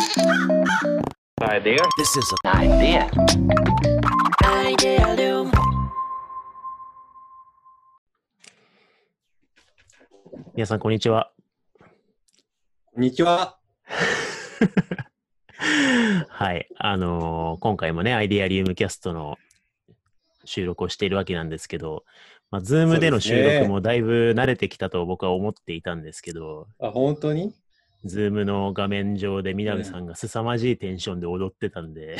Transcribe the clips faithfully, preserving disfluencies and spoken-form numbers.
Idea. This is an idea. Idea. 皆さんこんにちは。 こんにちは。 はい、あのー、今回もね、アイデアリウムキャストの収録をしているわけなんですけど、まあ、ズームでの収録もだいぶ慣れてきたと僕は思っていたんですけど、 あ、本当に？ ズームの画面上でみなべさんが凄まじいテンションで踊ってたんで、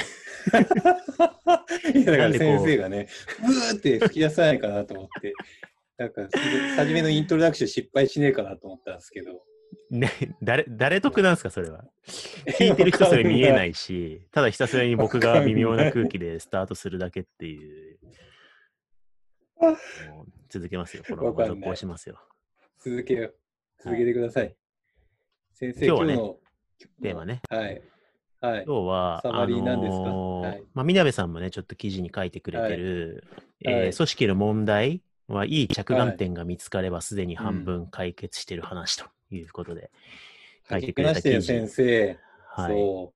いやだから先生がね、ブーって吹き出さないかなと思って、なんか初めのイントロダクション失敗しねえかなと思ったんですけど。 ね、誰、誰得なんですかそれは。聞いてる人それ見えないし、ただひたすらに僕が微妙な空気でスタートするだけっていう。もう続けますよ。このまま続行しますよ。 続けよう。続けてください。はい、先生、 今日はね、 今日のテーマね。 はい。はい。 今日は、 サマリーなんですか？ あのーはい、 まあ、みなべさんもね、ちょっと記事に書いてくれてる、はいえーはい、組織の問題はいい着眼点が見つかればすでに半分解決してる話ということで、書いてくれた記事。 書きましたよ、先生。 はい。 そう。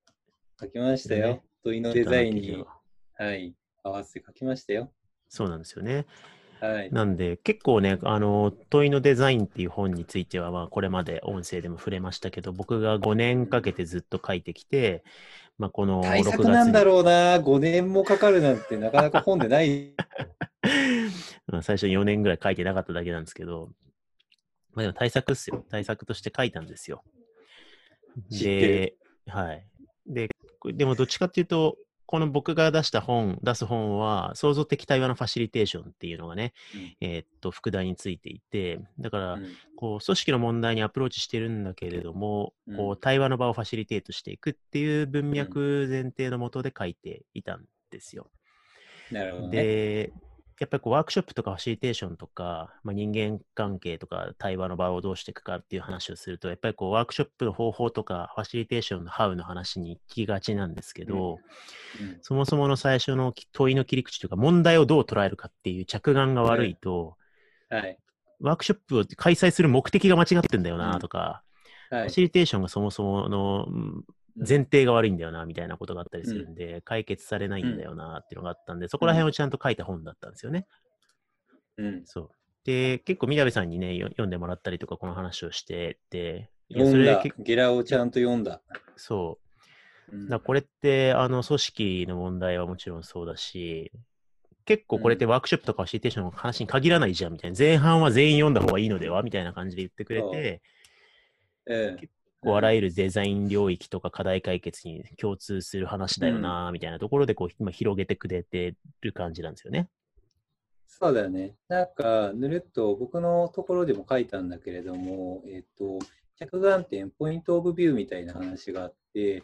書きましたよ。ね、問いのデザインに、はい、合わせて書きましたよ。 そうなんですよね。 はい、 なんで結構ね、あの問いのデザインっていう本については、まあ、これまで音声でも触れましたけど、僕がごねんかけてずっと書いてきて、まあ、このろくがつに大作なんだろうな、ごねんもかかるなんてなかなか本でないまあ最初よねんぐらい書いてなかっただけなんですけど、まあ、でも対策っすよ。対策として書いたんですよ。で、はい。で、でもどっちかっていうと、この僕が出した本、出す本は、創造的対話のファシリテーションっていうのがね、うん、えー、っと、副題についていて、だから、うん、こう、組織の問題にアプローチしてるんだけれども、うん、こう、対話の場をファシリテートしていくっていう文脈前提のもとで書いていたんですよ。 なるほどね。 で、やっぱりこうワークショップとかファシリテーションとか、まあ、人間関係とか対話の場をどうしていくかっていう話をすると、やっぱりこうワークショップの方法とかファシリテーションのハウの話に行きがちなんですけど、うんうん、そもそもの最初の問いの切り口というか問題をどう捉えるかっていう着眼が悪いと、 はいはい、 ワークショップを開催する目的が間違ってんだよなとか、うんはい、ファシリテーションがそもそもの前提が悪いんだよなみたいなことがあったりするんで、うん、解決されないんだよなっていうのがあったんで、そこら辺をちゃんと書いた本だったんですよね。うん、そうで結構みなべさんにね読んでもらったりとかこの話をしてて、 読んだゲラをちゃんと読んだ。 そう。うん、だこれってあの組織の問題はもちろんそうだし、結構これってワークショップとかファシリテーションの話に限らないじゃんみたいな、前半は全員読んだ方がいいのではみたいな感じで言ってくれて、ええ、結構あらゆるデザイン領域とか課題解決に共通する話だよなみたいなところでこう今広げてくれてる感じなんですよね。 そうだよね。なんか、ぬるっと僕のところでも書いたんだけれども、えっと、着眼点、ポイントオブビューみたいな話があって、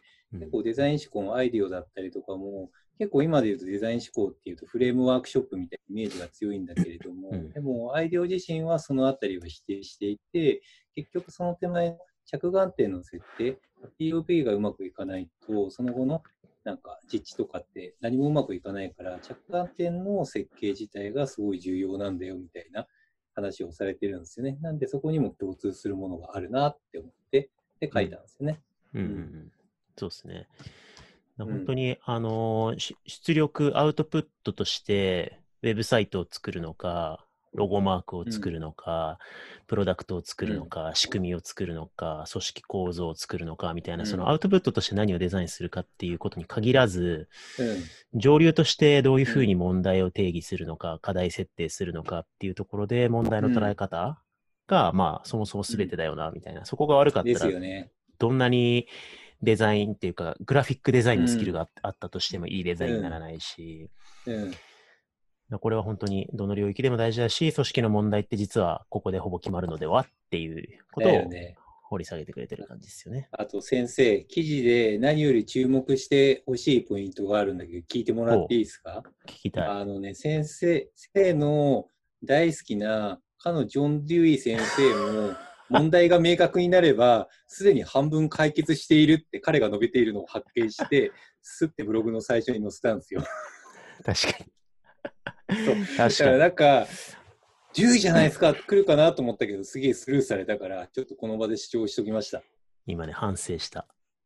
結構デザイン思考のアイディアだったりとかも、結構今で言うとデザイン思考っていうとフレームワークショップみたいなイメージが強いんだけれども、うん、でもアイディア自身はそのあたりを否定していて、結局その手前の着眼点の設定、ピーオーピー がうまくいかないと、その後のなんか実地とかって何もうまくいかないから、着眼点の設計自体がすごい重要なんだよみたいな話をされてるんですよね。なんでそこにも共通するものがあるなって思ってで書いたんですよね。 うん、うんうん、そうですね。本当に、うん、あの出力アウトプットとしてウェブサイトを作るのか、ロゴマークを作るのか、うん、プロダクトを作るのか、うん、仕組みを作るのか、組織構造を作るのかみたいな、うん、そのアウトプットとして何をデザインするかっていうことに限らず、うん、上流としてどういうふうに問題を定義するのか、うん、課題設定するのかっていうところで問題の捉え方が、うん、まあそもそも全てだよなみたいな、そこが悪かったら、ね、どんなにデザインっていうか、グラフィックデザインのスキルがあったとしてもいいデザインにならないし、うんうんこれは本当にどの領域でも大事だし、組織の問題って実はここでほぼ決まるのではっていうことを掘り下げてくれてる感じですよね。 あと先生、記事で何より注目してほしいポイントがあるんだけど、聞いてもらっていいですか？ 聞きたい。 あのね、先生、先生の大好きなかのジョン・デュイ先生も問題が明確になれば、すでに半分解決しているって彼が述べているのを発見して、スッてブログの最初に載せたんですよ。 確かに。 そうだからなんかじゅういじゃないですか来るかなと思ったけどすげえスルーされたからちょっとこの場で主張しときました。 今ね反省した。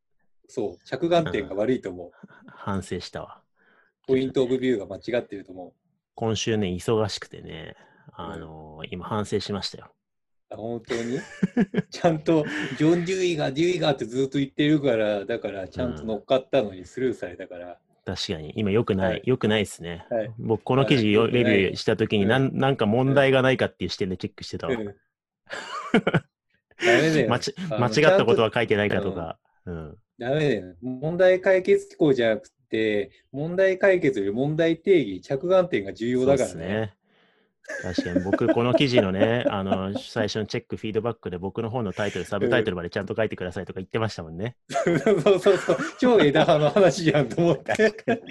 そう、着眼点が悪いと思う。 反省したわ。 ポイントオブビューが間違ってると思う。 今週ね、忙しくてね、あのー、今反省しましたよ。 あ、本当にちゃんと、ジョン・デュイが、デュイがってずっと言ってるから、だからちゃんと乗っかったのにスルーされたから。 確かに、今良くない、 はい良くないですね。 はい僕、この記事はいレビューしたときに、 うんなんなんか問題がないかっていう視点でチェックしてたわ。 うんダメだよ。 間ちあの間違ったことは書いてないかとか。うんダメだよ。問題解決機構じゃなくて、問題解決より問題定義、着眼点が重要だからそうっすね。 確かに僕、この記事のね、あの、最初のチェック、フィードバックで僕の本のタイトル、サブタイトルまでちゃんと書いてくださいとか言ってましたもんね。 そうそうそう。超枝葉の話じゃんと思って。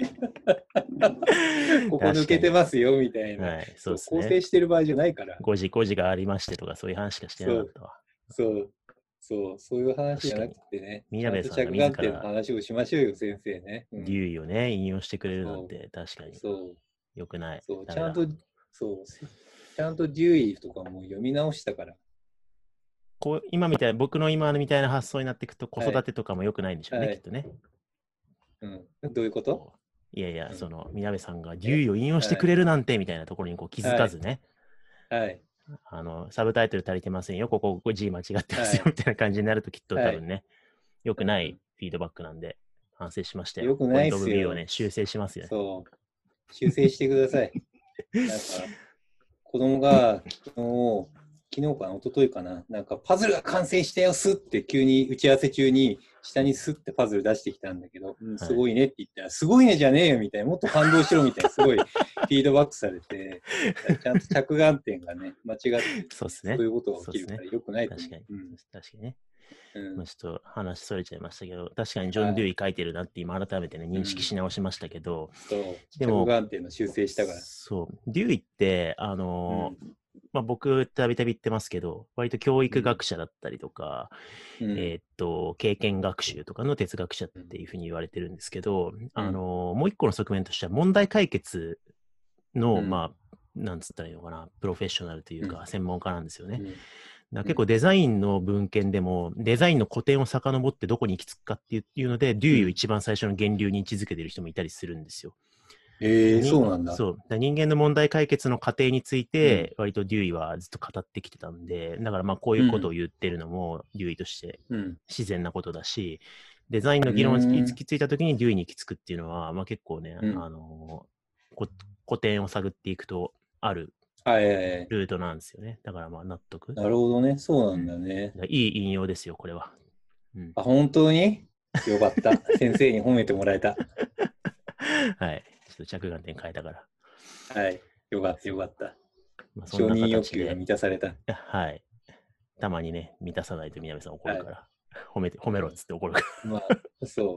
ここ抜けてますよ、みたいな。 はい、そうです構成ね。 してる場合じゃないから。 ごじ、ごじがありましてとか、そういう話しかしてなかったわ。 そう、そう、そういう話じゃなくてね。 宮部さんがちゃんと着自眼点のら話をしましょうよ、先生ね。うんデューイをね、引用してくれるなんて、確かにそう、 良くない。 そう、 ダメだちゃんと、そう、ちゃんとデューイとかも読み直したから。 こう今みたいな、僕の今みたいな発想になっていくと、子はい育てとかも良くないんでしょうね、 はいきっとね。 うん、どういうこといやいや、 うんその、宮部さんがデューイを引用してくれるなんて、みたいなところにこう気づかずね、 はい。 あの、サブタイトル足りてませんよ、ここ、ここ G 間違ってますよ、 はいみたいな感じになるときっとはい多分ね、良くないフィードバックなんで、反省しましたよ。 良くないっすよポイントオブビューをね、修正しますよね。 そう。修正してください。なんか、子供が昨日、昨日かな、一昨日かな、なんかパズルが完成したよ、すって急に打ち合わせ中に下にスッてパズル出してきたんだけど、うん、すごいねって言ったら、すごいねじゃねえよみたいな、もっと感動しろみたいな、すごいフィードバックされて、ちゃんと着眼点がね、間違ってて、 そうですね。 そういうことが起きるからそうっよくないと思う。 確かに、 うん確かにね。 うんまあ、ちょっと話それちゃいましたけど、確かにジョン・デューイ書いてるなって今改めてね、認識し直しましたけど、 そう、 でも着眼点の修正したから。 そう、デューイって、あのーうんまあ、僕、たびたび言ってますけど、割と教育学者だったりとか、 うんえーっと、経験学習とかの哲学者っていうふうに言われてるんですけど、あのーもう一個の側面としては、問題解決の、 うんまあ、なんつったらいいのかな、プロフェッショナルというか、 うん専門家なんですよね。 うんだから結構デザインの文献でも、デザインの古典を遡ってどこに行き着くかっていうので、デューイを一番最初の源流に位置づけている人もいたりするんですよ。 えー、 にそうなんだ。 そう。だから人間の問題解決の過程について、割とデューイはずっと語ってきてたんで、だからまあこういうことを言ってるのも、デューイとしてうん。 自然なことだし、デザインの議論に行き着いたときにデューイに行き着くっていうのは、まあ結構ね、 うんあのこ古典を探っていくとあるはいはいはい。 ルートなんですよね。だからまあ納得。 なるほどね。そうなんだね。 だいい引用ですよ、これは。うん、 あ、本当によかった。先生に褒めてもらえた。 はい。ちょっと着眼点変えたから。 はい。よかったよかった。 まあ、そんな承認欲形で求が満たされた。 はい。たまにね、満たさないと南さん怒るから、褒めて、褒めろっつって怒るから。 まあ、そう。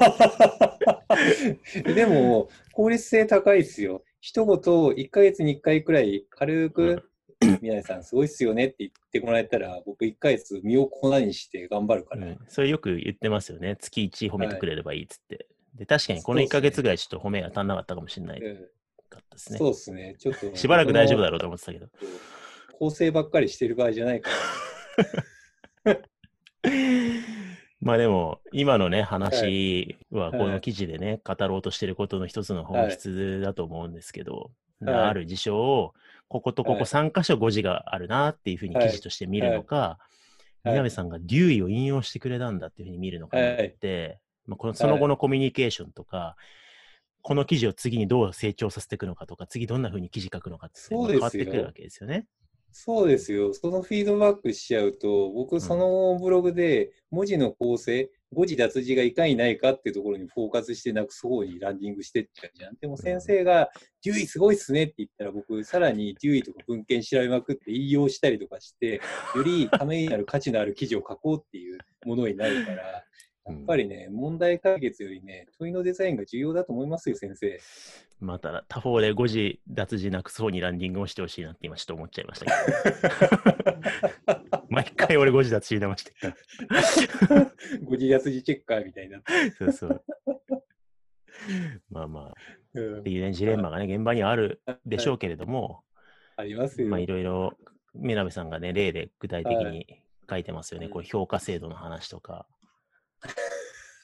でも、効率性高いですよ。一言、いっかげつにいっかいくらい軽く、宮根さんすごいっすよねって言ってもらえたら、僕いっかげつ身を粉にして頑張るから。 うん、それよく言ってますよね。月いち褒めてくれればいいっつって。はい、で、確かにこのいっかげつぐらいちょっと褒めが足んなかったかもしれないかったですね。 そうですね。ちょっと。 しばらく大丈夫だろうと思ってたけど。 構成ばっかりしてる場合じゃないから。 まあでも、今のね、話はこの記事でね、語ろうとしてることの一つの本質だと思うんですけど、はい、ある事象を、こことここさん箇所誤字があるなっていうふうに記事として見るのか、はいはい、南さんがデューイを引用してくれたんだっていうふうに見るのかによって、はい、まあ、このその後のコミュニケーションとか、はい、この記事を次にどう成長させていくのかとか、次どんなふうに記事書くのかって変わってくるわけですよね。 そうですよ。そのフィードバックしちゃうと、僕、そのブログで文字の構成、誤字脱字がいかにないかっていうところにフォーカスしてなくす方にランディングしてっちゃうじゃん。でも先生が、デューイすごいっすねって言ったら、僕、さらにデューイとか文献調べまくって引用したりとかして、よりためになる価値のある記事を書こうっていうものになるから、やっぱりね、問題解決よりね、問いのデザインが重要だと思いますよ、先生。 また他方で誤字脱字なくそうにランディングをしてほしいなって今ちょっと思っちゃいましたけど。毎回俺誤字脱字でましたから。 誤字脱字チェッカーみたいな。 そうそう。まあまあ、うん、っていうね、ジレンマがね、現場にはあるでしょうけれども、 ありますよ。 まあいろいろ、南さんがね、例で具体的に書いてますよね。はい、こう評価制度の話とか。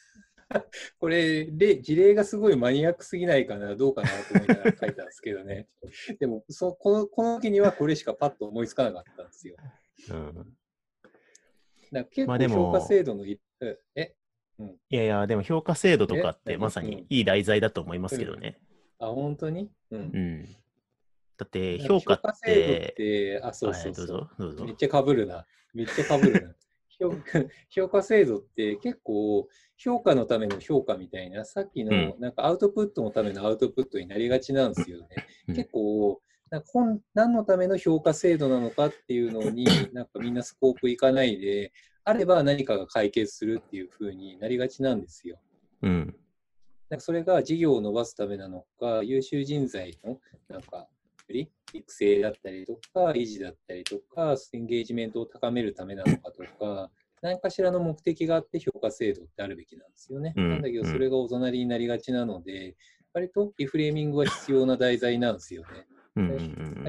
これで、事例がすごいマニアックすぎないかな、どうかなと思いながら書いたんですけどね。でもそこの、この時にはこれしかパッと思いつかなかったんですよ。 うん、 だから結まあで構評価も、 制度のい、え、うん、 いやいや、でも評価制度とかえ、 ってま何、 さにうん、 いい題材だと思いますうん。 けどね。 あ、本当に、うん。 うん。だってなんか評評価っ価制度って、 て、あ、そうはい、 そうそう。 どうぞ、どうぞ。 めっちゃ被るな。めっちゃ被るな。評価、評価制度って結構評価のための評価みたいな、さっきうん、 のなんかアウトプットのためのアウトプットになりがちなんですよね。 うん、 結構、なんか本何のための評価制度なのかっていうのに、なんかみんなスコープいかないで、あれば何かが解決するっていう風になりがちなんですよ。 うん、 なんかそれが事業を伸ばすためなのか、優秀人材のなんか育成だったりとか、維持だったりとか、エンゲージメントを高めるためなのかとか、何かしらの目的があって評価制度ってあるべきなんですよね。 うん、 なんだけど、 うん、 それがおざなりになりがちなので、割とリフレーミングは必要な題材なんですよね。 うん、うん、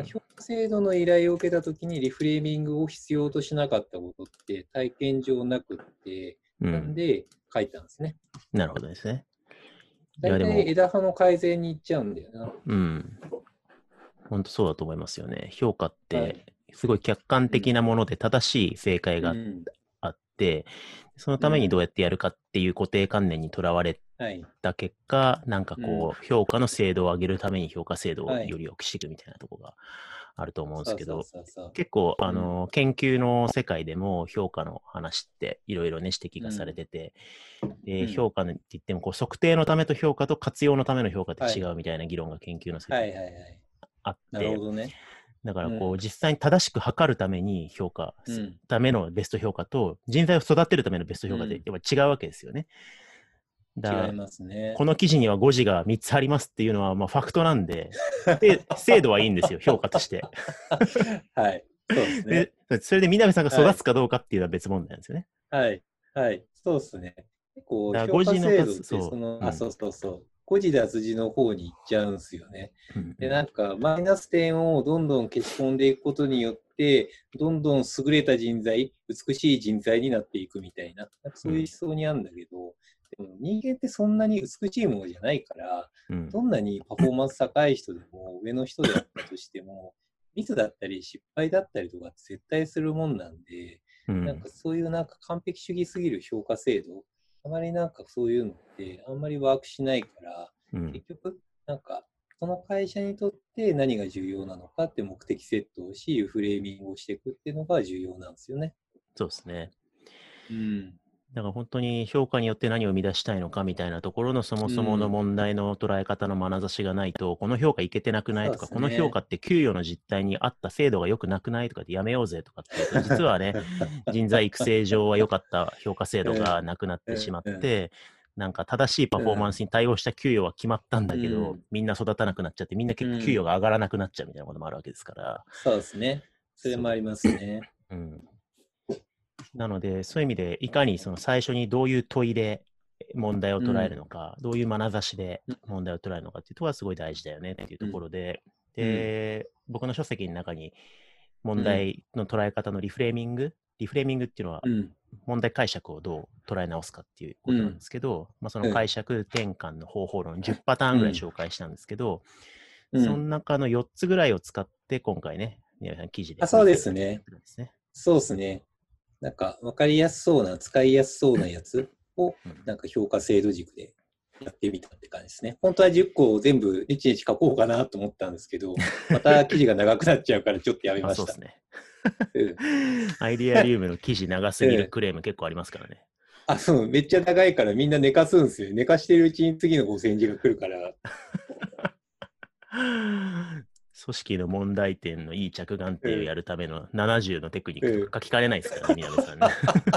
評価制度の依頼を受けたときにリフレーミングを必要としなかったことって体験上なくって、 うん。 なんで書いたんですね。 なるほどですね。いや、 大体でも、 枝葉の改善に行っちゃうんだよな。 うん。本当そうだと思いますよね。評価っはい。 て、すごい客観うん。 的なもので正しい正解がうん。 あって、そのためにどううん。 やってやるかっていう固定観念にとらわれはい。 た結果、なんかうん。 こう、評価の精度を上げるために評価制度をはい。 より良くしていくみたいなところがあると思うんですそうそうけど、 そうそう。 結構、あうん。 の、研究の世界でも評価の話っていろいろね、指摘がされうん。 てて、で、 うん。 評価って言っても、こう、測定のためと評価と活用のための評価ってはい。 違うみたいな議論が研究の世は界でいはいはい。 あっなるほて、 どね。 だからこう、 うん。 実際に正しく測るために評価す、 うん。 ためのベスト評価と、人材を育てるためのベスト評価ってうん。 やっぱ違うわけですよね。だ違いますね。 この記事には誤字がみっつありますっていうのは、まあ、ファクトなんで、で、精度はいいんですよ、評価として。 はい。そうですね。 で、それで南さんが育はい。 つかどうかっていうのは別問題なんですよね。 はい。はい。そうですね。結構、 だから評価誤字の数、 制度って、そその、 う、うあ、 ん。 そうそうそう、誤字脱字の方に行っちゃうんですよね。で、 うんうん、 なんか、マイナス点をどんどん消し込んでいくことによって、どんどん優れた人材、美しい人材になっていくみたいな、なんかそういう思うん、 想にあるんだけど、でも人間ってそんなに美しいものじゃないから、 うん、 どんなにパフォーマンス高い人でも、上の人であったとしても、ミスだったり失敗だったりとかって絶対するもんなんで、 うん、 なんかそういうなんか完璧主義すぎる評価制度、あまりなんかそういうのってあんまりワークしないから、 うん。 結局なんかその会社にとって何が重要なのかって目的セットをし、フレーミングをしていくっていうのが重要なんですよね。 そうですね。 うん。 だから本当に評価によって何を生み出したいのかみたいなところのそもそものうん。 問題の捉え方の眼差しがないと、この評価いけてなくないそうでとか、この評すね。 価って給与の実態に合った制度が良くなくないとかってやめようぜとかっていうと、実はね、人材育成上は良かった評価制度がうん。 なくなってしまっうん。うん。 て、なんか正しいパフォーマンスに対応した給与は決まったんだけど、 うん。 みんな育たなくなっちゃって、みんなう結構給与ん。 が上がらなくなっちゃうみたいなこともあるわけですから、 そうですね。それそう。 もありますね。 うん。なので、そういう意味で、いかにその最初にどういう問いで問題を捉えるうん。 のか、どういう眼差しで問題を捉えるのかっていうところはすごい大事だよねっていうとこうん。 ろで、 うん。 で、僕の書籍の中に問うん。 題の捉え方のリフレーミング、リフレーミングっていうのはうん。 問題解釈をどう捉え直すかっていうことなんでうん。 すけど、まあ、そのうん。 解釈転換の方法論じゅうパターンぐらいうん。 紹介したんですけど、 うん。 その中のよっつぐらいを使って今回ね、皆さん記事であ、そう掘り下ですね。 げてやってるんですね。 そうですね。なんか、わかりやすそうな、使いやすそうなやつを、 うん、 なんか評価制度軸でやってみたって感じですね。本当はじゅっこを全部いちいち書こうかなと思ったんですけど、また記事が長くなっちゃうからちょっとやめあ、 ました。 そうですね。 うん。 アイディアリウムの記事長すぎるうん。 クレーム結構ありますからね。 あ、そう、めっちゃ長いからみんな寝かすんですよ。寝かしてるうちに次のごせん字が来るから。 組織の問題点のいい着眼うん。 点をやるためのななじゅうのテクニックとかうん。 書きかねないですからね、南さんね。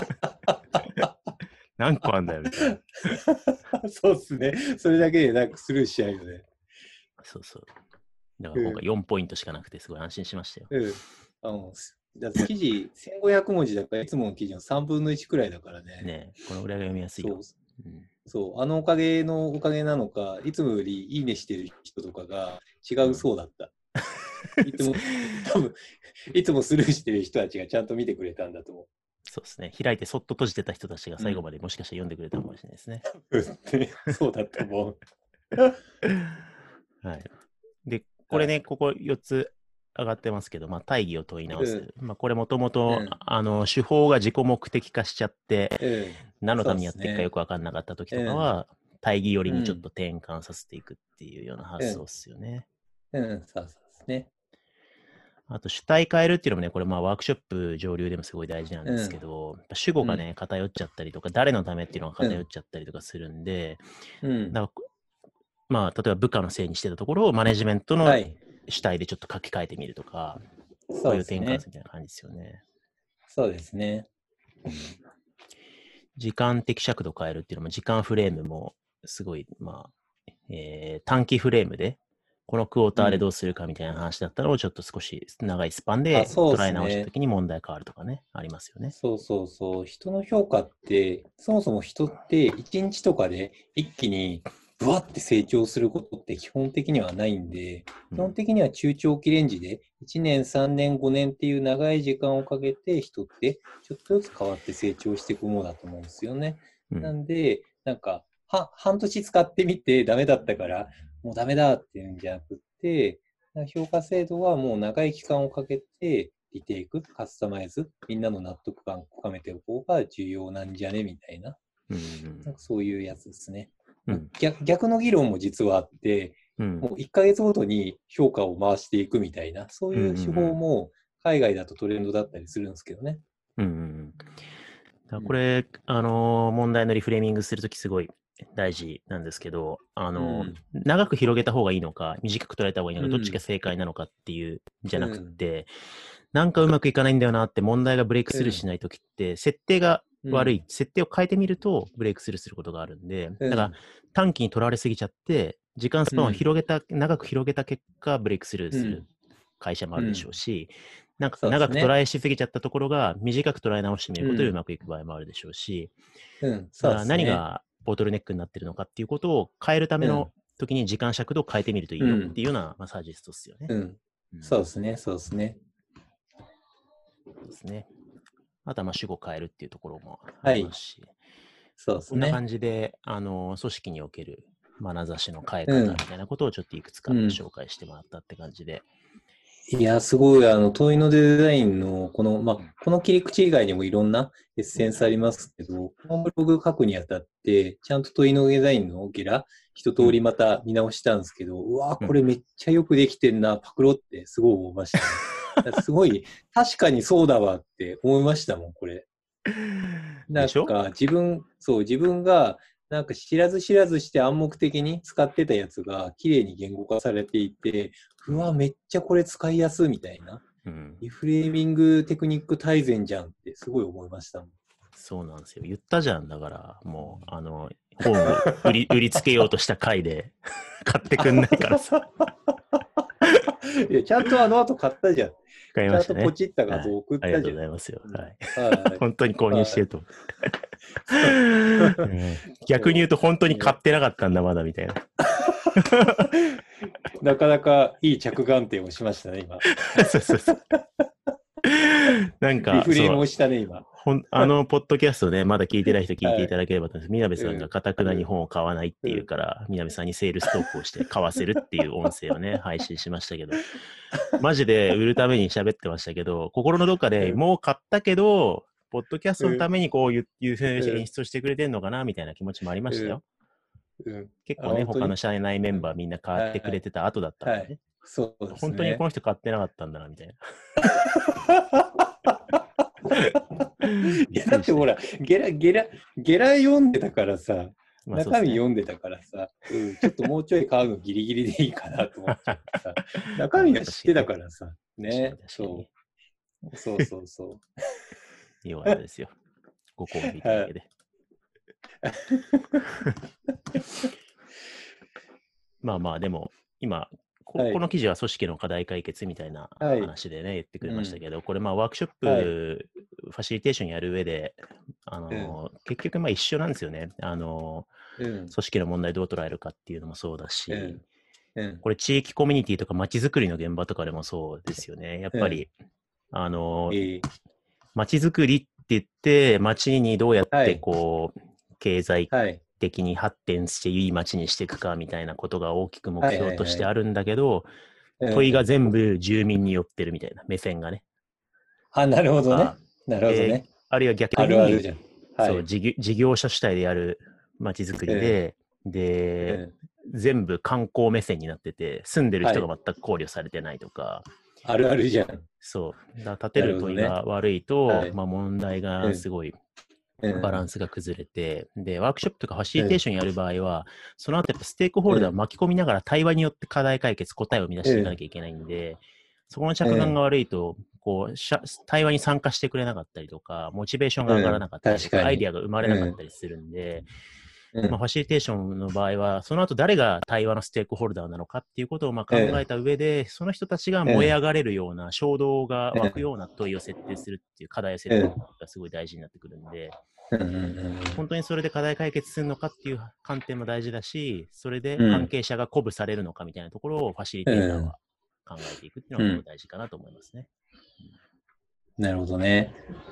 何個あんだよみたいな。 そうっすね。それだけでなんかスルーしちゃうよね。 そうそう。だからうん。 今回よんポイントしかなくてすごい安心しましたよ。 うん。あの、だって記事せんごひゃくもじだからいつもの記事のさんぶんのいちくらいだからね。 ねえ、このぐらいが読みやすいよ。 そう、 うん、 そう、あのおかげのおかげなのか、いつもよりいいねしてる人とかが違ううん、 そうだった。いつも、多分、いつもスルーしてる人たちがちゃんと見てくれたんだと思う。 そうですね。開いてそっと閉じてた人たちが最後までもしかしたら読んでくれたかもしれないですね。 うん、そうだと思う。 はい。で、これね、はい、ここよっつ上がってますけど、まあ、大義を問い直す。うん、まあ、これもともと、あの、手法が自己目的化しちゃって、うん、何のためにやってるかよく分かんなかった時とかは、うん、大義寄りにちょっと転換させていくっていうような発想ですよね。 うん、うん、そうそうですね。 あと主体変えるっていうのもね、これまあワークショップ上流でもすごい大事なんですけど、うん、主語がね、偏っちゃったりとか、誰のためっていうのが偏っちゃったりとかするんで、うん、だからまあ、例えば部下のせいにしてたところをマネジメントの主体でちょっと書き換えてみるとか、はい、そういう転換するみたいな感じですよね。 そうですね。 うん、時間的尺度を変えるっていうのも、時間フレームもすごい、まあ、えー、短期フレームで、このクォーターでどうするかみたいな話だったのをちょっと少し長いスパンで捉え直したときに問題変わるとかね、ありますよね。 そうそうそう。人の評価って、そもそも人っていちにちとかで一気にブワッて成長することって基本的にはないんで、基本的には中長期レンジでいちねん、さんねん、ごねんっていう長い時間をかけて人ってちょっとずつ変わって成長していくものだと思うんですよね。うん、なんで、なんか、は、半年使ってみてダメだったから、もうダメだっていうんじゃなくって、評価制度はもう長い期間をかけてリテイク、カスタマイズ、みんなの納得感を深めておこうが重要なんじゃねみたいな、うんうん、なんかそういうやつですね、うん、逆。逆の議論も実はあって、うん、もういっかげつごとに評価を回していくみたいな、そういう手法も海外だとトレンドだったりするんですけどね。 うんうん、だこれ、うん、あの問題のリフレーミングするときすごい大事なんですけど、あの、うん、長く広げた方がいいのか、短く捉えた方がいいのか、どっちが正解なのかっていう、じゃなくて、うん、なんかうまくいかないんだよなって問題がブレイクスルーしないときって、うん、設定が悪い、うん、設定を変えてみるとブレイクスルーすることがあるんで、だから短期に取られすぎちゃって、時間スパンを広げた、長く広げた結果、ブレイクスルーする会社もあるでしょうし、なんか長くトライしすぎちゃったところが短くトライ直してみることでうまくいく場合もあるでしょうし、うん、そうですね、何がボトルネックになってるのかっていうことを変えるための時に時間尺度を変えてみるといいよっていうような、まあ、サジェストですよね。 うんうんうん、そうですね、そうですね。 そうですね。あとはまあ主語変えるっていうところもありますし、はい、 そうですね。 こんな感じであの組織における眼差しの変え方みたいなことをちょっといくつか紹介してもらったって感じで。 いや、すごい、あの、問いのデザインの、この、まあ、この切り口以外にもいろんなエッセンスありますけど、このブログ書くにあたって、ちゃんと問いのデザインのゲラ、一通りまた見直したんですけど、うん、うわこれめっちゃよくできてんな、パクロってすごい思いましたね。すごい、確かにそうだわって思いましたもん、これ。なんか、自分、そう、自分が、なんか知らず知らずして暗黙的に使ってたやつが綺麗に言語化されていて、うわ、めっちゃこれ使いやすいみたいな、うん、リフレーミングテクニック大全じゃんってすごい思いましたもん。 そうなんですよ。言ったじゃん。だから、もう、あの、本を売り、売りつけようとした回で買ってくんないからさ。 いや、ちゃんとあの後買ったじゃん。 買いましたね。 ちゃんとポチった画像送ったじゃん。 はい、ありがとうございますよ。はい。はい、本当に購入してると思う。逆に言うと本当に買ってなかったんだ、まだみたいな。 なかなかいい着眼点をしましたね、今。 そうそうそう。なんか、 リフレームをしたね、今。 ほんあの、ポッドキャストね、まだ聞いてない人聞いていただければと思います。みなべさんがかたくなに本を買わないっていうから、みなべさんにセールストークをして買わせるっていう音声をね、配信しましたけど、マジで売るために喋ってましたけど、心のどっかでもう買ったけど、ポッドキャストのためにこういういう風に演出をしてくれてんのかなみたいな気持ちもありましたよ。うんうん、結構ね、他の社内メンバーみんな買ってくれてた後だったんでね。はいはい、 そうですね。 本当にこの人買ってなかったんだな、みたいな。 いや、だってほら、ゲラ、ゲラ、ゲラ読んでたからさ、まあね、中身読んでたからさ、うん、ちょっともうちょい買うのギリギリでいいかなと思っちゃってさ、中身が知ってたからさ、ね。そう。そうそうそう。 よかったですよ。ご購入いただけで。まあまあ、でも、今、こ, はい、この記事は組織の課題解決みたいな話でね、はい、言ってくれましたけど、うん、これまあワークショップ、はい、ファシリテーションやる上で、あの、うん、結局まあ一緒なんですよね。あの、うん、組織の問題どう捉えるかっていうのもそうだし、うんうん、これ地域コミュニティとか街づくりの現場とかでもそうですよね。やっぱり、あの、えー、街づくり言って、街にどうやってはい。 こう、経済はい。 的に発展していい街にしていくかみたいなことが大きく目はい。 標はい。はい。 としてあるんだけど、 う問いがん。 全部住民に寄ってるみたいな目線がね。 あ、なるほとか、 どね。なるほどで、 ね。 あるいは逆あるあるに、 じゃん。はそう、 い。 事業事業者主体でやる街づくうん。 りで、 うで、 ん。 全部観光目線になってて、住んでる人はい。 が全く考慮されてないとか、 あるあるじゃん。 そう、だから立てなるるほどね。 問いが悪いと、 はい。 まあ、問題うん。 がすごいうバランん。 スが崩れて、で、ワークショップとかファシリテーうん。 ションやる場合は、その後やっぱステークホルダーをうん。 巻き込みながら対話によって課題解決、答えを生み出していかなうん。 きゃいけないんで、そこのうん。 着眼が悪いと、こう、しゃ対話に参加してくれなかったりとか、モチベーションが上がらなうん。 かったりとか、アイデ確かに。 ィアが生まれなかったうん。 りするんで、まあ、 うん。 ファシリテーションの場合は、その後誰が対話のステークホルダーなのかっていうことをまあ考えうん。 た上で、その人たちがうん。 燃え上がれるような、衝動が湧くうん。 ような問いを設定するっていう課題設定うん。 がすごい大事になってくるんで、 うん。うん。 本当にそれで課題解決するのかっていう観点も大事だし、それでうん。 関係者が鼓舞されるのかみたいなところをファシリうテーターん。 は考えていくっていうのが結構うん。 大事かなと思いますね。 なるほどね。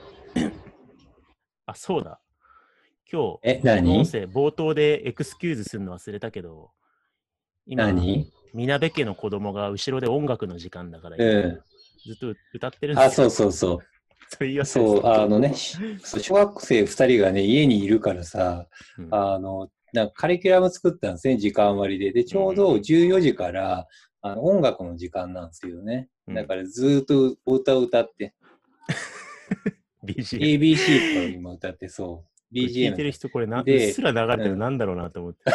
あ、そうだ。今え、 日、この音何声、冒頭でエクスキューズするの忘れたけど、今、 何みなべ家の子供が後ろで音楽の時間だから今、 うん。 ずっと歌ってるんであ、 すよ。 そうそうそそういうやう。 つですそう、あのね、しそう小学生ふたりがね、家にいるからさ、 うんあの、なんかカリキュラム作ったんですね、時間割で。で、ちょうどじゅうよじからあの音楽の時間なんですよね。 うんだからずーっとお歌を歌って、 ビージーエム。 エービーシー とかを今歌ってそう。 これ聞いビージーエム で。 てる人、これなうっで、 すら流れてるうん。 なんだろうなと思って。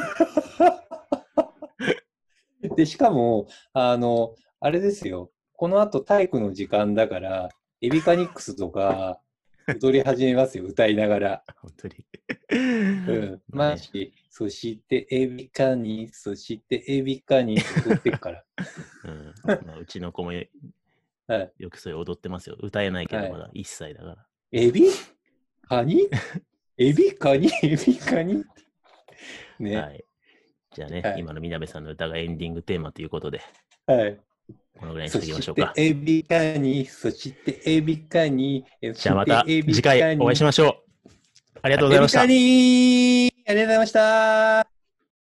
で、しかも、あの、あれですよ。この後体育の時間だから、エビカニックスとか踊り始めますよ、歌いながら。 本当に。 うん。 まあね。 マジ、そしてエビカニ、そしてエビカニ踊ってっから。 うんまあ、うちの子もよはい。 よくそれ踊ってますよ。歌えないけはい。 どまだいっさいだから。 エビカニエビカニエビカニね。 はい。じゃあね、 はい。 今のみなべさんの歌がエンディングテーマということで、 はい。 このぐらいにしそておきまししょうか。 てエビカニ、そしてエビカニ、そじゃあまたしてエビ次回カお会いしニ。 ましょう。ありがとうございました。 エビカニありがとうございました。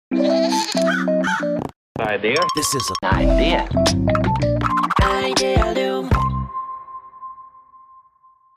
Idea. This is an idea. Idea